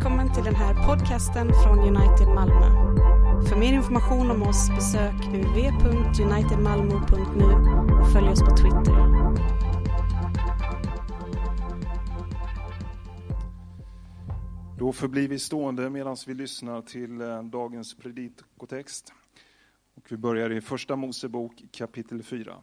Välkommen till den här podcasten från United Malmö. För mer information om oss besök www.unitedmalmo.nu och följ oss på Twitter. Då förblir vi stående medan vi lyssnar till dagens predikotext. Och vi börjar i Första Mosebok kapitel 4.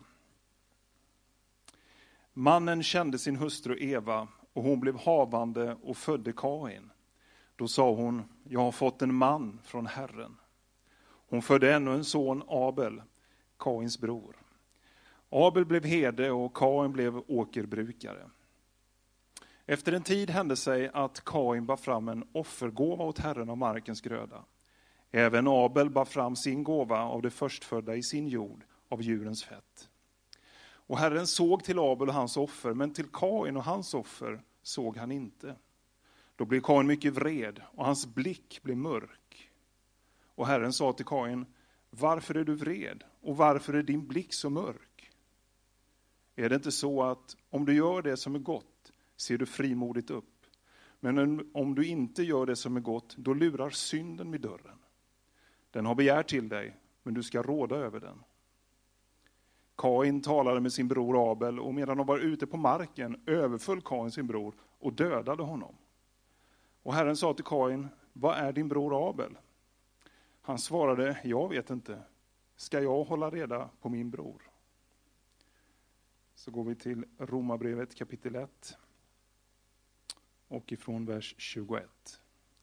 Mannen kände sin hustru Eva och hon blev havande och födde Kain. Då sa hon, jag har fått en man från Herren. Hon födde ännu en son, Abel, Kains bror. Abel blev herde och Kain blev åkerbrukare. Efter en tid hände sig att Kain bar fram en offergåva åt Herren av markens gröda. Även Abel bar fram sin gåva av det förstfödda i sin jord, av djurens fett. Och Herren såg till Abel och hans offer, men till Kain och hans offer såg han inte. Då blev Kain mycket vred och hans blick blev mörk. Och Herren sa till Kain, varför är du vred och varför är din blick så mörk? Är det inte så att om du gör det som är gott ser du frimodigt upp, men om du inte gör det som är gott, då lurar synden vid dörren. Den har begärt till dig, men du ska råda över den. Kain talade med sin bror Abel, och medan de var ute på marken överföll Kain sin bror och dödade honom. Och Herren sa till Kain, vad är din bror Abel? Han svarade, jag vet inte. Ska jag hålla reda på min bror? Så går vi till Romarbrevet kapitel 1 och ifrån vers 21.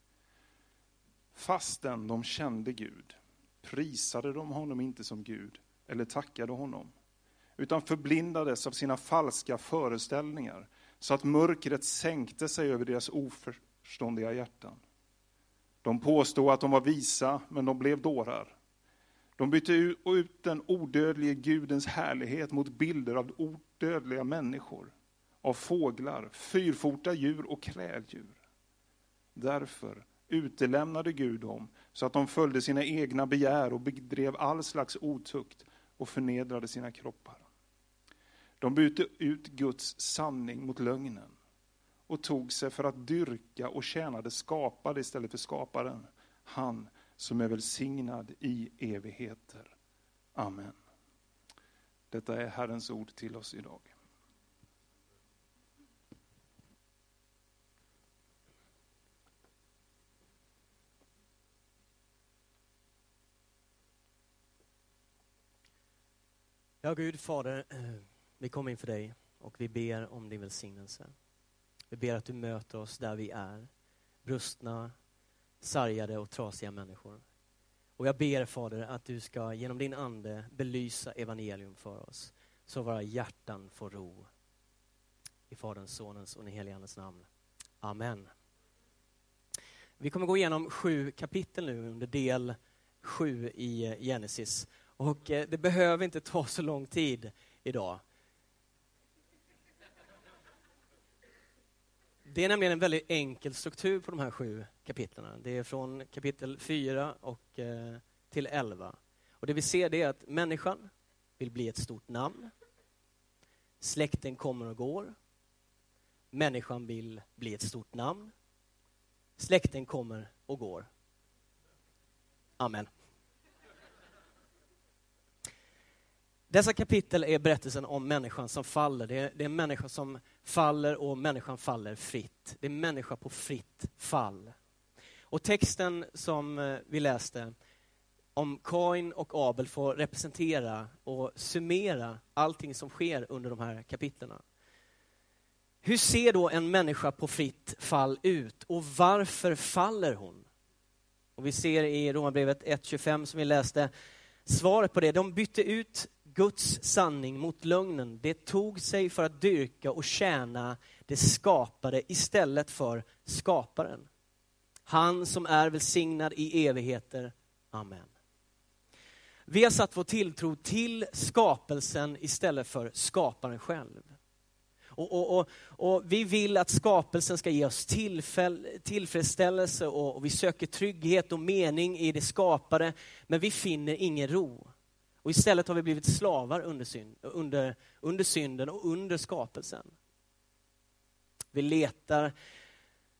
Fastän de kände Gud prisade de honom inte som Gud eller tackade honom, utan förblindades av sina falska föreställningar, så att mörkret sänkte sig över deras oförståndiga hjärtan. De påstod att de var visa, men de blev dårar. De bytte ut den odödlige Gudens härlighet mot bilder av odödliga människor, av fåglar, fyrfota djur och kräldjur. Därför utelämnade Gud dem, så att de följde sina egna begär och bedrev all slags otukt och förnedrade sina kroppar. De bytte ut Guds sanning mot lögnen och tog sig för att dyrka och tjänade skapade istället för skaparen, han som är välsignad i evigheter. Amen. Detta är Herrens ord till oss idag. Ja, Gud, Fader, vi kommer inför dig och vi ber om din välsignelse. Vi ber att du möter oss där vi är, brustna, sargade och trasiga människor. Och jag ber, Fader, att du ska genom din ande belysa evangelium för oss, så våra hjärtan får ro. I Faderns, Sonens och den helige Andes namn. Amen. Vi kommer gå igenom 7 kapitel nu under del 7 i Genesis. Och det behöver inte ta så lång tid idag. Det är nämligen en väldigt enkel struktur på de här 7 kapitlerna. Det är från kapitel 4 och till 11. Och det vi ser, det är att människan vill bli ett stort namn. Släkten kommer och går. Människan vill bli ett stort namn. Släkten kommer och går. Amen. Dessa kapitel är berättelsen om människan som faller. Det är en människa som faller och människan faller fritt. Det är en människa på fritt fall. Och texten som vi läste om Kain och Abel får representera och summera allting som sker under de här kapitlerna. Hur ser då en människa på fritt fall ut och varför faller hon? Och vi ser i Romarbrevet 1.25 som vi läste svaret på det. De bytte ut Guds sanning mot lögnen. Det tog sig för att dyrka och tjäna det skapade istället för skaparen. Han som är välsignad i evigheter. Amen. Vi har satt vår tilltro till skapelsen istället för skaparen själv. Och vi vill att skapelsen ska ge oss tillfredsställelse och vi söker trygghet och mening i det skapade, men vi finner ingen ro. Och istället har vi blivit slavar under synden och under skapelsen. Vi letar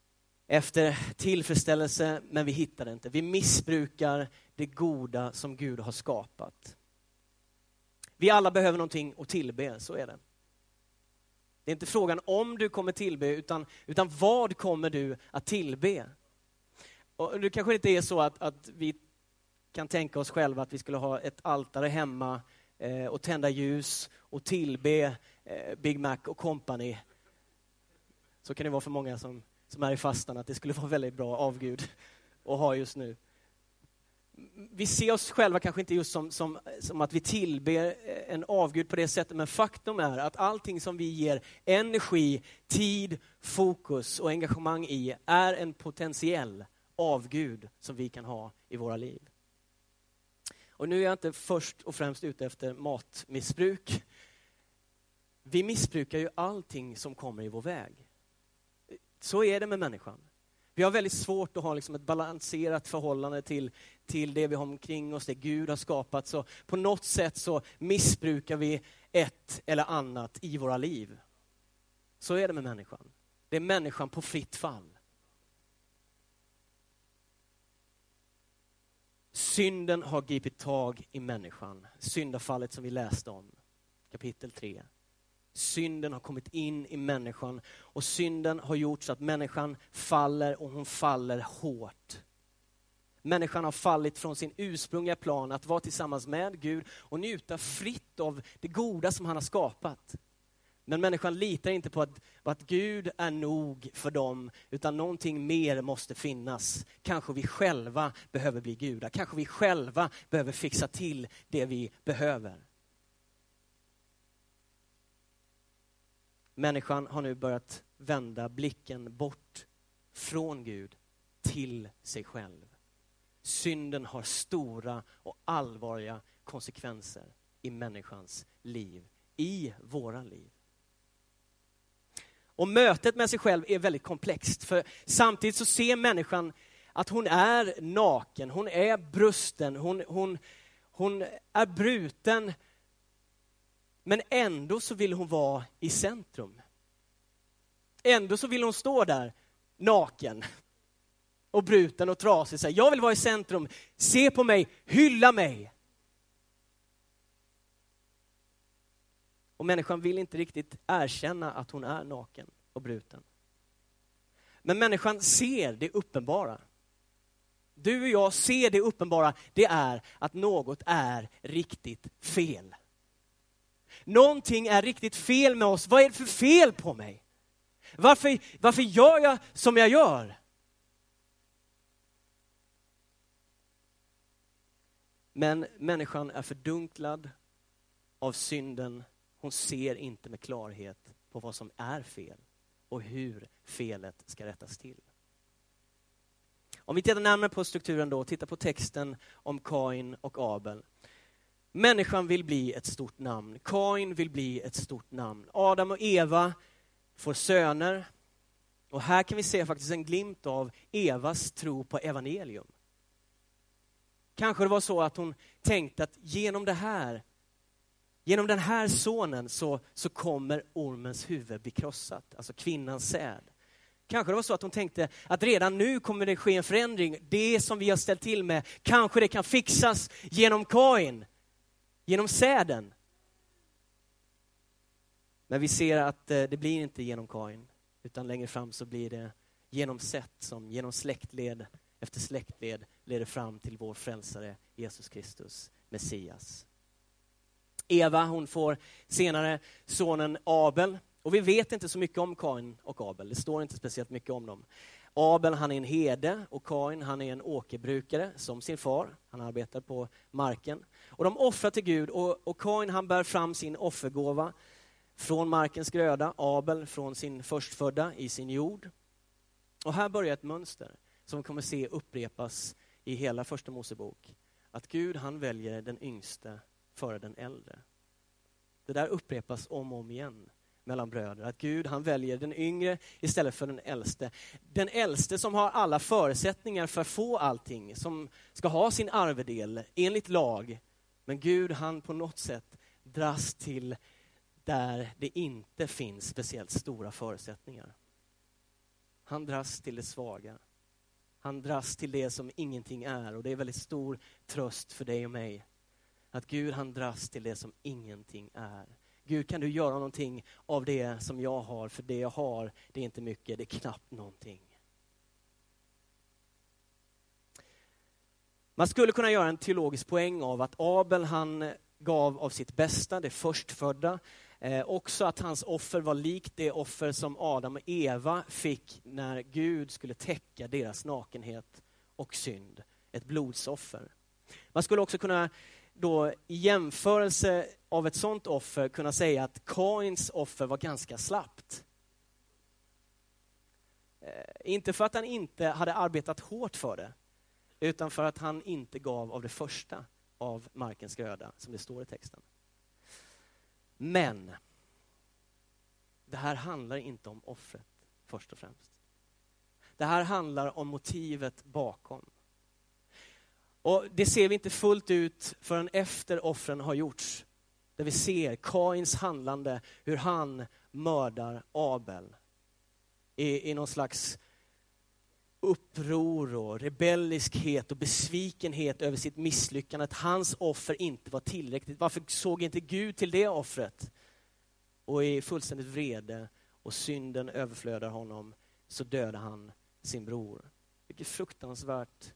efter tillfredsställelse, men vi hittar det inte. Vi missbrukar det goda som Gud har skapat. Vi alla behöver någonting att tillbe, så är det. Det är inte frågan om du kommer tillbe, utan vad kommer du att tillbe? Och det kanske inte är så att vi kan tänka oss själva att vi skulle ha ett altare hemma och tända ljus och tillbe Big Mac och company. Så kan det vara för många som är i fastan, att det skulle vara väldigt bra avgud att ha just nu. Vi ser oss själva kanske inte just som att vi tillber en avgud på det sättet, men faktum är att allting som vi ger energi, tid, fokus och engagemang i är en potentiell avgud som vi kan ha i våra liv. Och nu är jag inte först och främst ute efter matmissbruk. Vi missbrukar ju allting som kommer i vår väg. Så är det med människan. Vi har väldigt svårt att ha liksom ett balanserat förhållande till det vi har omkring oss, det Gud har skapat. Så på något sätt så missbrukar vi ett eller annat i våra liv. Så är det med människan. Det är människan på fritt fall. Synden har gripit tag i människan. Syndafallet som vi läste om, kapitel 3. Synden har kommit in i människan och synden har gjort så att människan faller, och hon faller hårt. Människan har fallit från sin ursprungliga plan att vara tillsammans med Gud och njuta fritt av det goda som han har skapat. Men människan litar inte på att Gud är nog för dem, utan någonting mer måste finnas. Kanske vi själva behöver bli gudar. Kanske vi själva behöver fixa till det vi behöver. Människan har nu börjat vända blicken bort från Gud till sig själv. Synden har stora och allvarliga konsekvenser i människans liv, i våra liv. Och mötet med sig själv är väldigt komplext, för samtidigt så ser människan att hon är naken, hon är brusten, hon är bruten. Men ändå så vill hon vara i centrum. Ändå så vill hon stå där naken och bruten och trasig. Så jag vill vara i centrum, se på mig, hylla mig. Och människan vill inte riktigt erkänna att hon är naken och bruten. Men människan ser det uppenbara. Du och jag ser det uppenbara, det är att något är riktigt fel. Någonting är riktigt fel med oss. Vad är det för fel på mig? Varför gör jag som jag gör? Men människan är fördunklad av synden. Hon ser inte med klarhet på vad som är fel och hur felet ska rättas till. Om vi tittar närmare på strukturen då, tittar på texten om Kain och Abel. Människan vill bli ett stort namn. Kain vill bli ett stort namn. Adam och Eva får söner. Och här kan vi se faktiskt en glimt av Evas tro på evangelium. Kanske det var så att hon tänkte att genom den här sonen så kommer ormens huvud bli krossat. Alltså kvinnans säd. Kanske det var så att hon tänkte att redan nu kommer det ske en förändring. Det som vi har ställt till med, kanske det kan fixas genom Kain. Genom säden. Men vi ser att det blir inte genom Kain, utan längre fram så blir det genom Set, som genom släktled efter släktled leder fram till vår frälsare Jesus Kristus, Messias. Eva, hon får senare sonen Abel, och vi vet inte så mycket om Kain och Abel. Det står inte speciellt mycket om dem. Abel, han är en herde, och Kain, han är en åkerbrukare som sin far. Han arbetar på marken. Och de offrar till Gud, och Kain, han bär fram sin offergåva från markens gröda. Abel från sin förstfödda i sin jord. Och här börjar ett mönster som vi kommer se upprepas i hela första Mosebok. Att Gud, han väljer den yngste före den äldre. Det där upprepas om och om igen mellan bröder. Att Gud, han väljer den yngre istället för den äldste. Den äldste som har alla förutsättningar för att få allting. Som ska ha sin arvedel enligt lag. Men Gud, han på något sätt dras till där det inte finns speciellt stora förutsättningar. Han dras till det svaga. Han dras till det som ingenting är. Och det är väldigt stor tröst för dig och mig. Att Gud, han dras till det som ingenting är. Gud, kan du göra någonting av det som jag har? För det jag har, det är inte mycket, det är knappt någonting. Man skulle kunna göra en teologisk poäng av att Abel, han gav av sitt bästa, det förstfödda. Också att hans offer var likt det offer som Adam och Eva fick när Gud skulle täcka deras nakenhet och synd. Ett blodsoffer. Man skulle också kunna då i jämförelse av ett sånt offer kunna säga att Kains offer var ganska slappt. Inte för att han inte hade arbetat hårt för det, utan för att han inte gav av det första av markens gröda, som det står i texten. Men det här handlar inte om offret först och främst. Det här handlar om motivet bakom. Och det ser vi inte fullt ut förrän efter offren har gjorts. Där vi ser Kains handlande, hur han mördar Abel. I någon slags uppror och rebelliskhet och besvikenhet över sitt misslyckande. Att hans offer inte var tillräckligt. Varför såg inte Gud till det offret? Och i fullständigt vrede och synden överflödar honom, så dödar han sin bror. Vilket fruktansvärt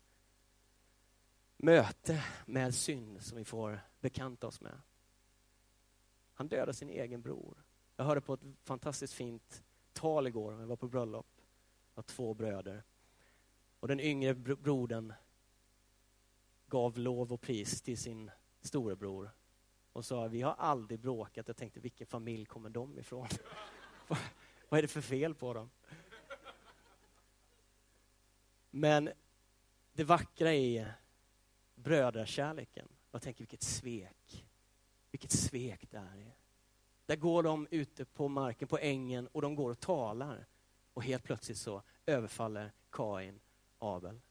möte med synd som vi får bekanta oss med. Han dödar sin egen bror. Jag hörde på ett fantastiskt fint tal igår. Jag var på bröllop av 2 bröder. Och den yngre brodern gav lov och pris till sin storebror. Och sa, vi har aldrig bråkat. Jag tänkte, vilken familj kommer de ifrån? Vad är det för fel på dem? Men det vackra i brödrakärleken. Jag tänker, vilket svek. Vilket svek det är. Där går de ute på marken, på ängen, och de går och talar. Och helt plötsligt så överfaller Kain Abel.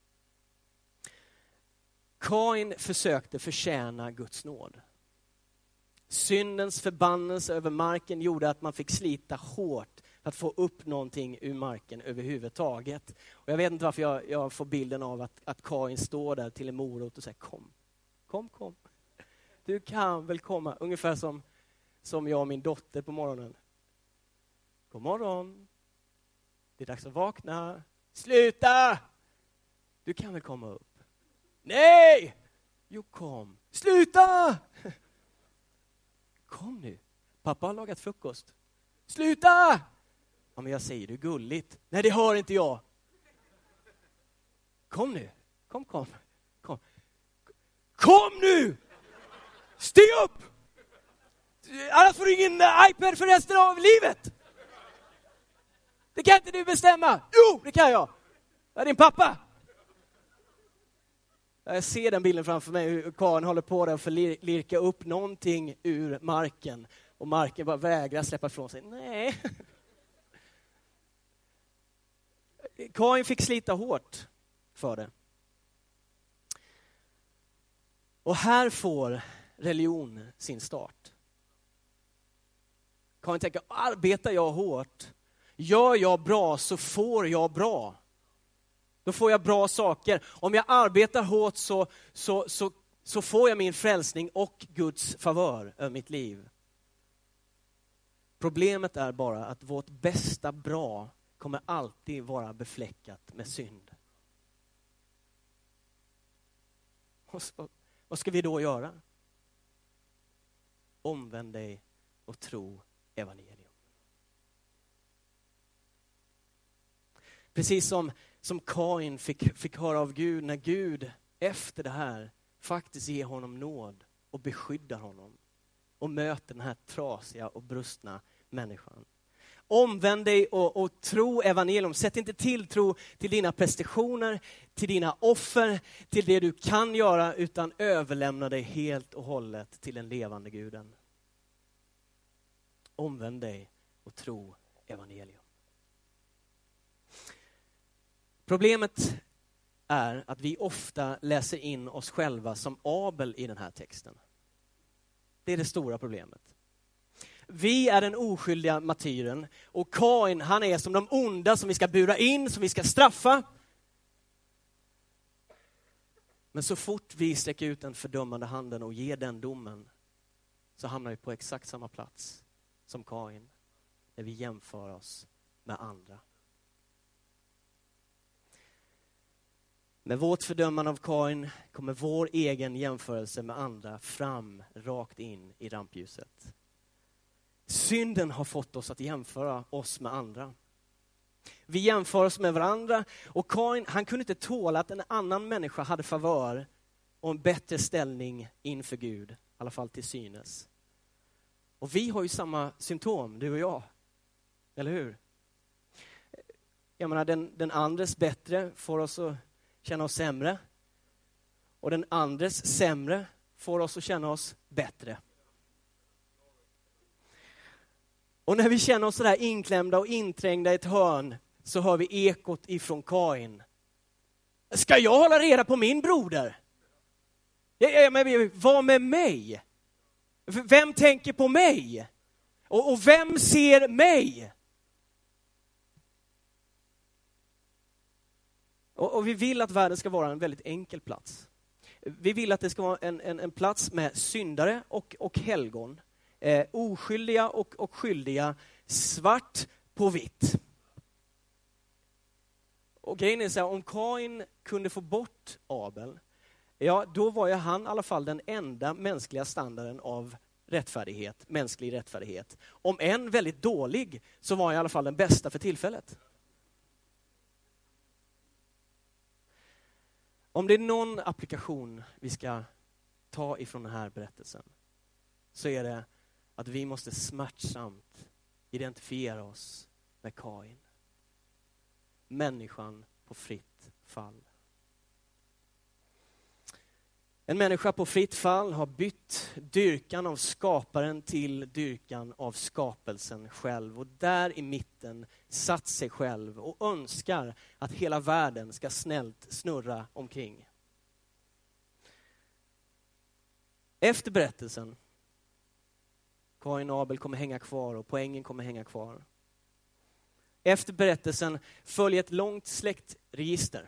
Kain försökte förtjäna Guds nåd. Syndens förbannelse över marken gjorde att man fick slita hårt för att få upp någonting ur marken överhuvudtaget. Och jag vet inte varför jag får bilden av att Kain står där till en morot och säger, kom. Du kan väl komma. Ungefär som jag och min dotter på morgonen. God morgon. Det är dags att vakna. Sluta! Du kan väl komma upp. Nej! Jo, kom. Sluta! Kom nu. Pappa har lagat frukost. Sluta! Ja, men jag säger, du är gulligt. Nej, det hör inte jag. Kom nu. Kom. Kom nu! Stig upp! Annars får du ingen iPad för resten av livet. Det kan inte du bestämma. Jo, det kan jag. Jag är din pappa. Jag ser den bilden framför mig, hur Karin håller på där för att lirka upp någonting ur marken. Och marken bara vägrar släppa ifrån sig. Nej. Karin fick slita hårt för det. Och här får religion sin start. Karin tänker, arbetar jag hårt, gör jag bra så får jag bra. Då får jag bra saker. Om jag arbetar hårt så får jag min frälsning och Guds favör över mitt liv. Problemet är bara att vårt bästa bra kommer alltid vara befläckat med synd. Vad ska vi då göra? Omvänd dig och tro evangelium. Precis som Kain fick höra av Gud, när Gud efter det här faktiskt ger honom nåd och beskyddar honom och möter den här trasiga och brustna människan. Omvänd dig och tro evangelium. Sätt inte tilltro till dina prestationer, till dina offer, till det du kan göra, utan överlämna dig helt och hållet till den levande Guden. Omvänd dig och tro evangelium. Problemet är att vi ofta läser in oss själva som Abel i den här texten. Det är det stora problemet. vi är den oskyldiga martyren. Och Kain, han är som de onda som vi ska bura in, som vi ska straffa. Men så fort vi sträcker ut den fördömande handen och ger den domen, så hamnar vi på exakt samma plats som Kain. När vi jämför oss med andra. Med vårt fördömande av Kain kommer vår egen jämförelse med andra fram rakt in i rampljuset. Synden har fått oss att jämföra oss med andra. Vi jämför oss med varandra, och Kain, han kunde inte tåla att en annan människa hade favör och en bättre ställning inför Gud, i alla fall till synes. Och vi har ju samma symptom, du och jag. Eller hur? Jag menar, den andres bättre får oss att känna oss sämre. Och den andres sämre får oss att känna oss bättre. Och när vi känner oss så där inklämda och inträngda i ett hörn, så hör vi ekot ifrån Kain. Ska jag hålla reda på min broder? Vad med mig? Vem tänker på mig? Och vem ser mig? Och vi vill att världen ska vara en väldigt enkel plats. Vi vill att det ska vara en plats med syndare och helgon. Oskyldiga och skyldiga, svart på vitt. Och grejen är så här, om Kain kunde få bort Abel, ja, då var ju han i alla fall den enda mänskliga standarden av rättfärdighet, mänsklig rättfärdighet. Om en väldigt dålig, så var han i alla fall den bästa för tillfället. Om det är någon applikation vi ska ta ifrån den här berättelsen, så är det att vi måste smärtsamt identifiera oss med Kain. Människan på fritt fall. En människa på fritt fall har bytt dyrkan av skaparen till dyrkan av skapelsen själv. Och där i mitten satt sig själv och önskar att hela världen ska snällt snurra omkring. Efter berättelsen, Kain och Abel kommer hänga kvar och poängen kommer hänga kvar. Efter berättelsen följer ett långt släktregister.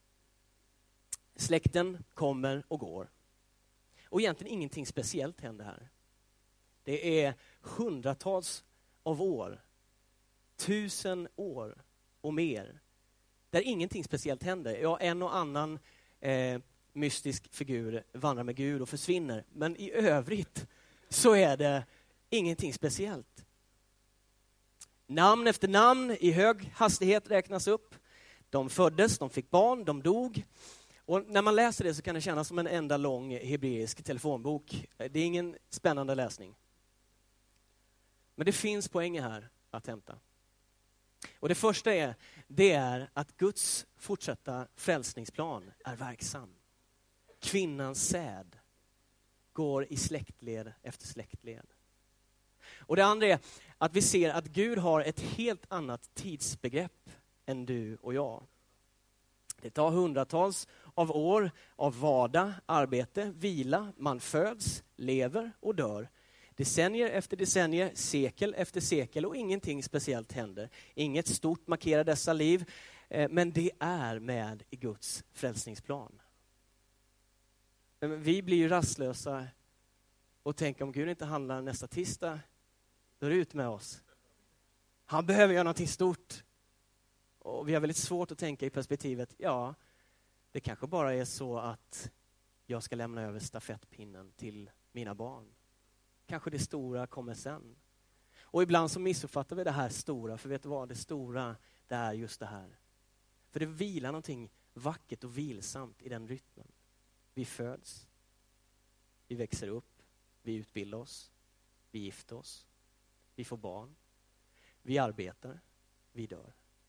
Släkten kommer och går. Och egentligen ingenting speciellt händer här. Det är hundratals av år, 1000 år och mer, där ingenting speciellt händer. Ja, en och annan mystisk figur vandrar med Gud och försvinner. Men i övrigt så är det ingenting speciellt. Namn efter namn i hög hastighet räknas upp. De föddes, de fick barn, de dog. Och när man läser det så kan det kännas som en enda lång hebreisk telefonbok. Det är ingen spännande läsning. Men det finns poänger här att hämta. Och det första är att Guds fortsatta frälsningsplan är verksam. Kvinnans säd går i släktled efter släktled. Och det andra är att vi ser att Gud har ett helt annat tidsbegrepp än du och jag. Det tar hundratals av år av vardag, arbete, vila. Man föds, lever och dör. Decennier efter decennier, sekel efter sekel, och ingenting speciellt händer. Inget stort markerar dessa liv, men det är med i Guds frälsningsplan. Men vi blir ju rastlösa och tänker, om Gud inte handlar nästa tisdag, då är det ut med oss. Han behöver göra någonting stort. Och vi har väldigt svårt att tänka i perspektivet, ja, det kanske bara är så att jag ska lämna över stafettpinnen till mina barn. Kanske det stora kommer sen. Och ibland så missuppfattar vi det här stora, för vet du vad, det stora, det är just det här. För det vilar någonting vackert och vilsamt i den rytmen. Vi föds, vi växer upp, vi utbildar oss, vi gifter oss, vi får barn, vi arbetar, vi dör.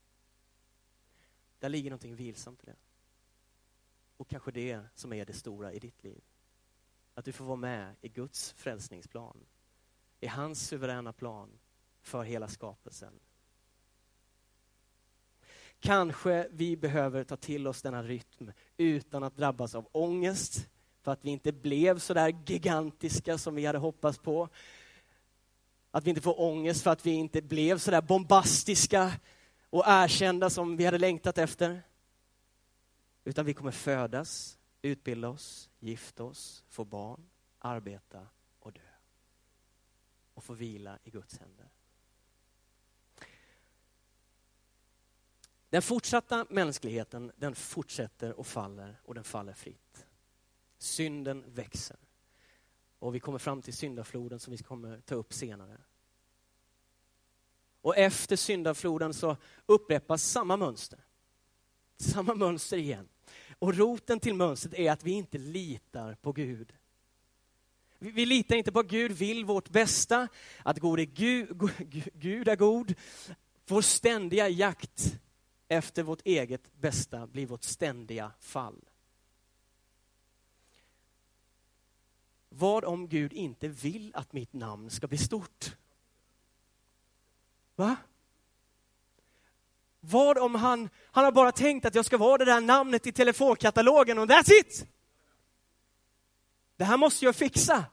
Där ligger någonting vilsamt i det. Och kanske det som är det stora i ditt liv. Att du får vara med i Guds frälsningsplan. I hans suveräna plan för hela skapelsen. Kanske vi behöver ta till oss denna rytm utan att drabbas av ångest. För att vi inte blev så där gigantiska som vi hade hoppats på. Att vi inte får ångest för att vi inte blev så där bombastiska och erkända som vi hade längtat efter. Utan vi kommer födas, utbilda oss, gifta oss, få barn, arbeta och dö. Och få vila i Guds händer. Den fortsatta mänskligheten, den fortsätter och den faller fritt. Synden växer. Och vi kommer fram till syndafloden som vi kommer ta upp senare. Och efter syndafloden så upprepas samma mönster. Samma mönster igen. Och roten till mönstret är att vi inte litar på Gud. Vi litar inte på att Gud vill vårt bästa. Att Gud är god. Vår ständiga jakt efter vårt eget bästa blir vårt ständiga fall. Vad om Gud inte vill att mitt namn ska bli stort? Va? Vad om han har bara tänkt att jag ska vara det där namnet i telefonkatalogen och that's it? Det här måste jag fixa.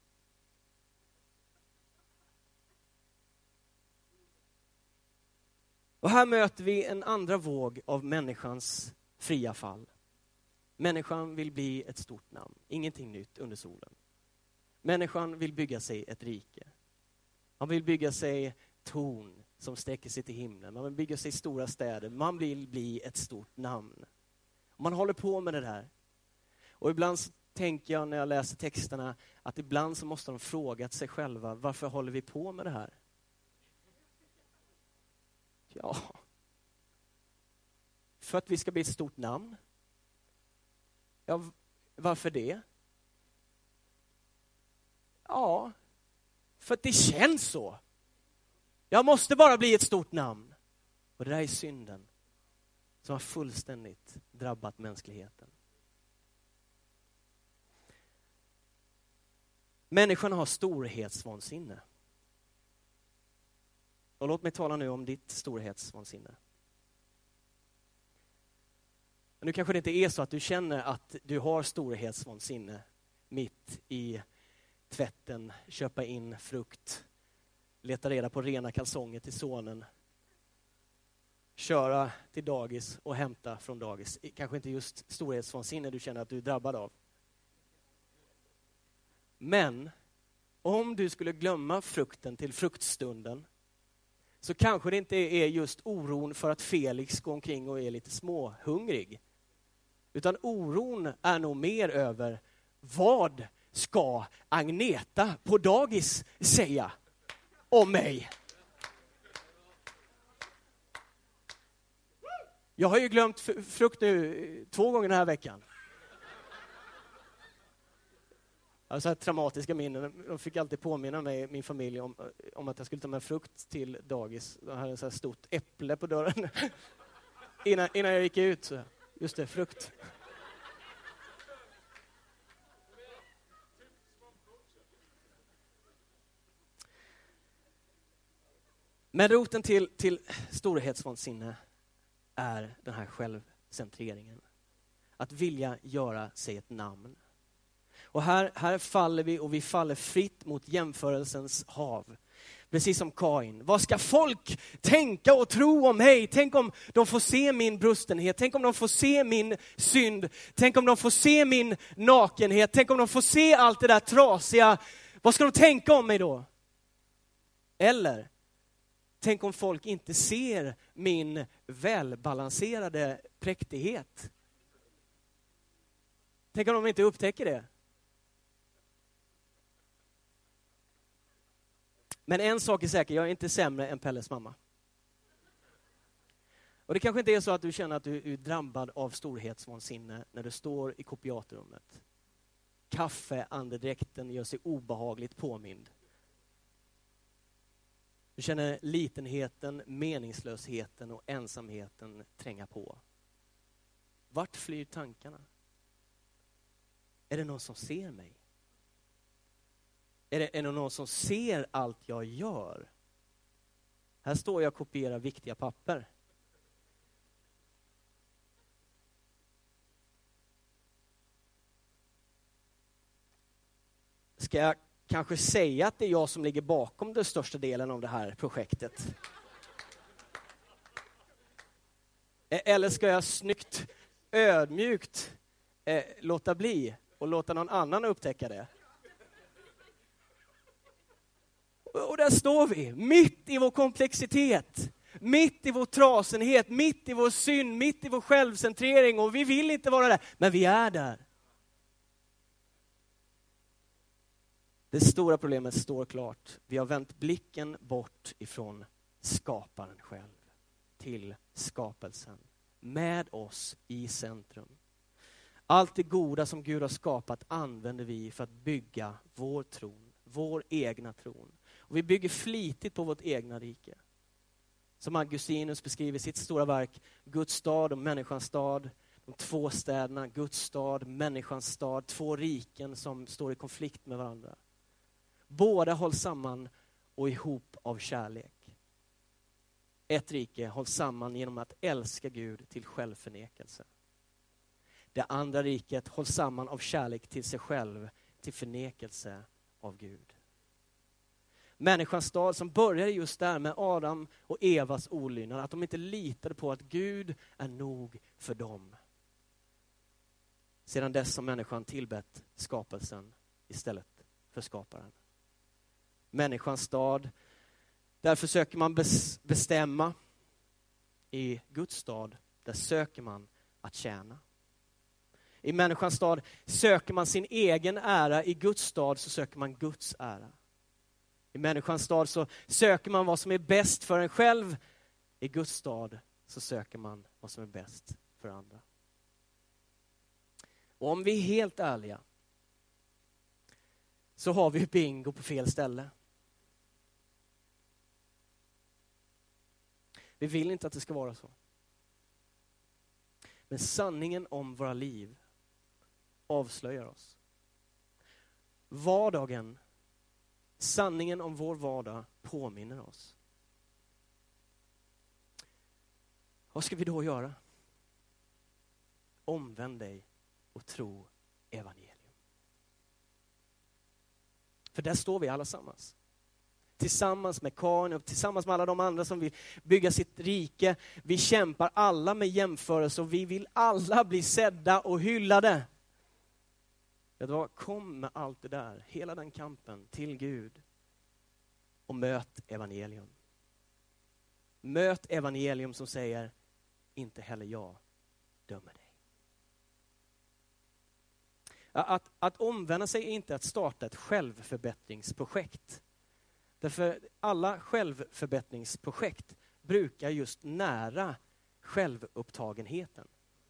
Och här möter vi en andra våg av människans fria fall. Människan vill bli ett stort namn. Ingenting nytt under solen. Människan vill bygga sig ett rike. Man vill bygga sig torn som sträcker sig till himlen. Man vill bygga sig stora städer. Man vill bli ett stort namn. Och man håller på med det där. Och ibland så tänker jag när jag läser texterna att ibland så måste de fråga sig själva, varför håller vi på med det här? Ja, för att vi ska bli ett stort namn. Ja, varför det? Ja, för att det känns så. Jag måste bara bli ett stort namn. Och det där är synden som har fullständigt drabbat mänskligheten. Människan har storhetsvansinne. Och låt mig tala nu om ditt storhetsvansinne. Nu kanske det inte är så att du känner att du har storhetsvansinne mitt i tvätten, köpa in frukt, leta reda på rena kalsonger till sonen, köra till dagis och hämta från dagis. Kanske inte just storhetsvansinne du känner att du är drabbad av. Men om du skulle glömma frukten till fruktstunden så kanske det inte är just oron för att Felix går omkring och är lite småhungrig. Utan oron är nog mer över vad ska Agneta på dagis säga om mig? Jag har ju glömt frukt nu 2 gånger den här veckan. Alltså traumatiska minnen. De fick alltid påminna mig, min familj, om att jag skulle ta med frukt till dagis. Jag hade ett så här stort äpple på dörren. innan jag gick ut. Så. Just det, frukt. Men roten till storhetsvansinne är den här självcentreringen. Att vilja göra sig ett namn. Och här faller vi, och vi faller fritt mot jämförelsens hav. Precis som Kain. Vad ska folk tänka och tro om mig? Tänk om de får se min brustenhet. Tänk om de får se min synd. Tänk om de får se min nakenhet. Tänk om de får se allt det där trasiga. Vad ska de tänka om mig då? Eller, tänk om folk inte ser min välbalanserade präktighet. Tänk om de inte upptäcker det. Men en sak är säker, jag är inte sämre än Pelles mamma. Och det kanske inte är så att du känner att du är drabbad av storhetsvansinne när du står i kopiatorrummet. Kaffeandedräkten gör sig obehagligt påmind. Du känner litenheten, meningslösheten och ensamheten tränga på. Vart flyr tankarna? Är det någon som ser mig? Är det någon som ser allt jag gör? Här står jag och kopierar viktiga papper. Ska jag kanske säga att det är jag som ligger bakom den största delen av det här projektet? Eller ska jag snyggt, ödmjukt låta bli och låta någon annan upptäcka det? Och där står vi, mitt i vår komplexitet, mitt i vår trasenhet, mitt i vår synd, mitt i vår självcentrering, och vi vill inte vara där, men vi är där. Det stora problemet står klart. Vi har vänt blicken bort ifrån skaparen själv till skapelsen, med oss i centrum. Allt det goda som Gud har skapat använder vi för att bygga vår tron, vår egna tron. Och vi bygger flitigt på vårt egna rike. Som Augustinus beskriver sitt stora verk, Guds stad och människans stad. De två städerna, Guds stad, människans stad. Två riken som står i konflikt med varandra. Båda hålls samman och ihop av kärlek. Ett rike hålls samman genom att älska Gud till självförnekelse. Det andra riket hålls samman av kärlek till sig själv, till förnekelse av Gud. Människans stad som började just där med Adam och Evas olydnad, att de inte litade på att Gud är nog för dem. Sedan dess har människan tillbett skapelsen istället för skaparen. Människans stad, där försöker man bestämma. I Guds stad, där söker man att tjäna. I människans stad söker man sin egen ära, i Guds stad så söker man Guds ära. I människans stad så söker man vad som är bäst för en själv. I Guds stad så söker man vad som är bäst för andra. Och om vi är helt ärliga så har vi bingo på fel ställe. Vi vill inte att det ska vara så. Men sanningen om våra liv avslöjar oss. Vardagen, sanningen om vår vardag påminner oss. Vad ska vi då göra? Omvänd dig och tro evangelium. För där står vi allesammans. Tillsammans med Kain och tillsammans med alla de andra som vill bygga sitt rike. Vi kämpar alla med jämförelse och vi vill alla bli sedda och hyllade. Kom med allt det där, hela den kampen till Gud och möt evangelium. Möt evangelium som säger, inte heller jag dömer dig. Att omvända sig är inte att starta ett självförbättringsprojekt. Därför alla självförbättringsprojekt brukar just nära självupptagenheten.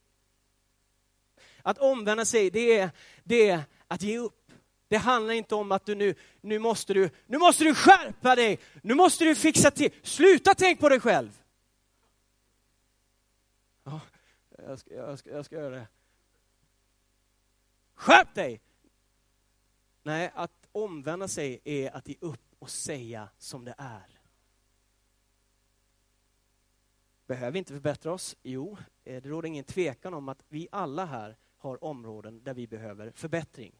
Att omvända sig, det är att ge upp. Det handlar inte om att nu måste du skärpa dig. Nu måste du fixa till. Sluta tänk på dig själv. Ja, jag ska göra det. Skärp dig! Nej, att omvända sig är att ge upp och säga som det är. Behöver vi inte förbättra oss? Jo, det råder ingen tvekan om att vi alla här har områden där vi behöver förbättring.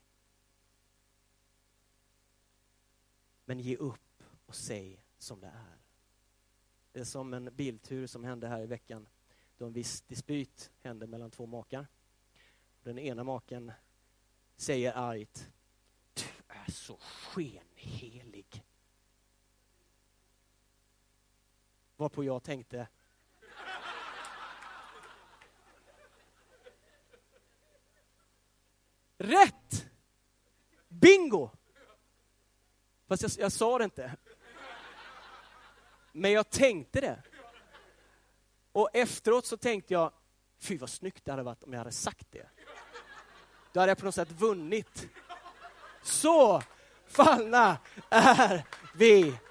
Men ge upp och säg som det är. Det är som en biltur som hände här i veckan. Då en viss dispyt hände mellan två makar. Den ena maken säger argt, du är så skenhelig. Varpå jag tänkte, rätt! Bingo! Fast jag sa det inte. Men jag tänkte det. Och efteråt så tänkte jag, fy vad snyggt det hade varit om jag hade sagt det. Då hade jag på något sätt vunnit. Så fallna är vi.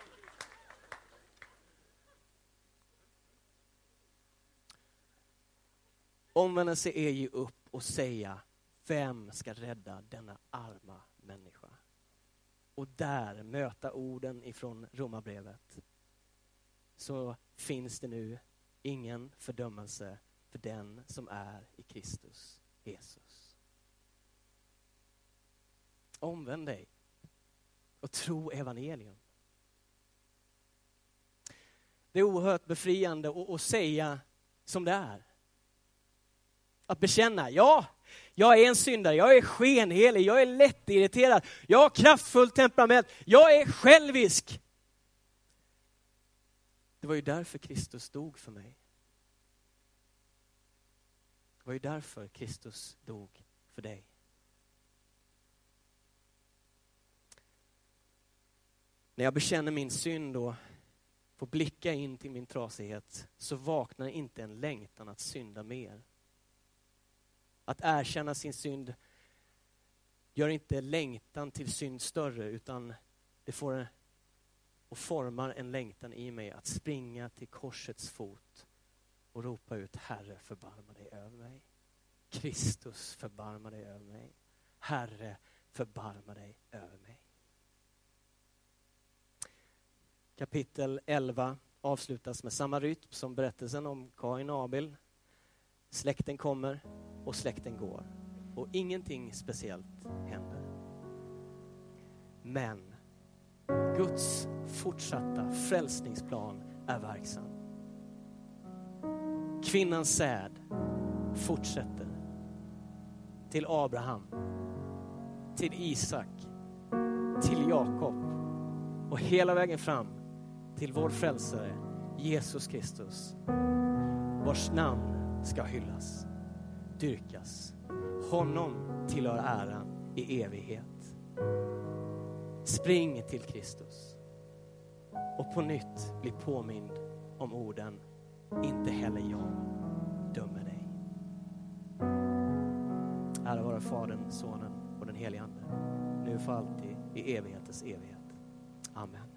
Omvändelse är ju upp och säga, vem ska rädda denna arma människa? Och där möta orden ifrån Romarbrevet. Så finns det nu ingen fördömelse för den som är i Kristus Jesus. Omvänd dig. och tro evangelium. Det är oerhört befriande att säga som det är. Att bekänna, ja, jag är en syndare, jag är skenhelig, jag är lättirriterad, jag har kraftfullt temperament, jag är självisk. Det var ju därför Kristus dog för mig. Det var ju därför Kristus dog för dig. När jag bekänner min synd och får blicka in till min trasighet, så vaknar inte en längtan att synda mer. Att erkänna sin synd gör inte längtan till synd större, utan det får och formar en längtan i mig att springa till korsets fot och ropa ut: Herre, förbarma dig över mig. Kristus, förbarma dig över mig. Herre, förbarma dig över mig. Kapitel 11 avslutas med samma rytm som berättelsen om Kain och Abel. Släkten kommer och släkten går. Och ingenting speciellt händer. Men Guds fortsatta frälsningsplan är verksam. Kvinnans säd fortsätter till Abraham, till Isak, till Jakob och hela vägen fram till vår frälsare Jesus Kristus, vars namn ska hyllas, dyrkas. Honom tillhör äran i evighet. Spring till Kristus och på nytt bli påmind om orden: inte heller jag dömer dig. Ära vare Fadern, Sonen och den helige Ande, nu för alltid i evighetens evighet. Amen.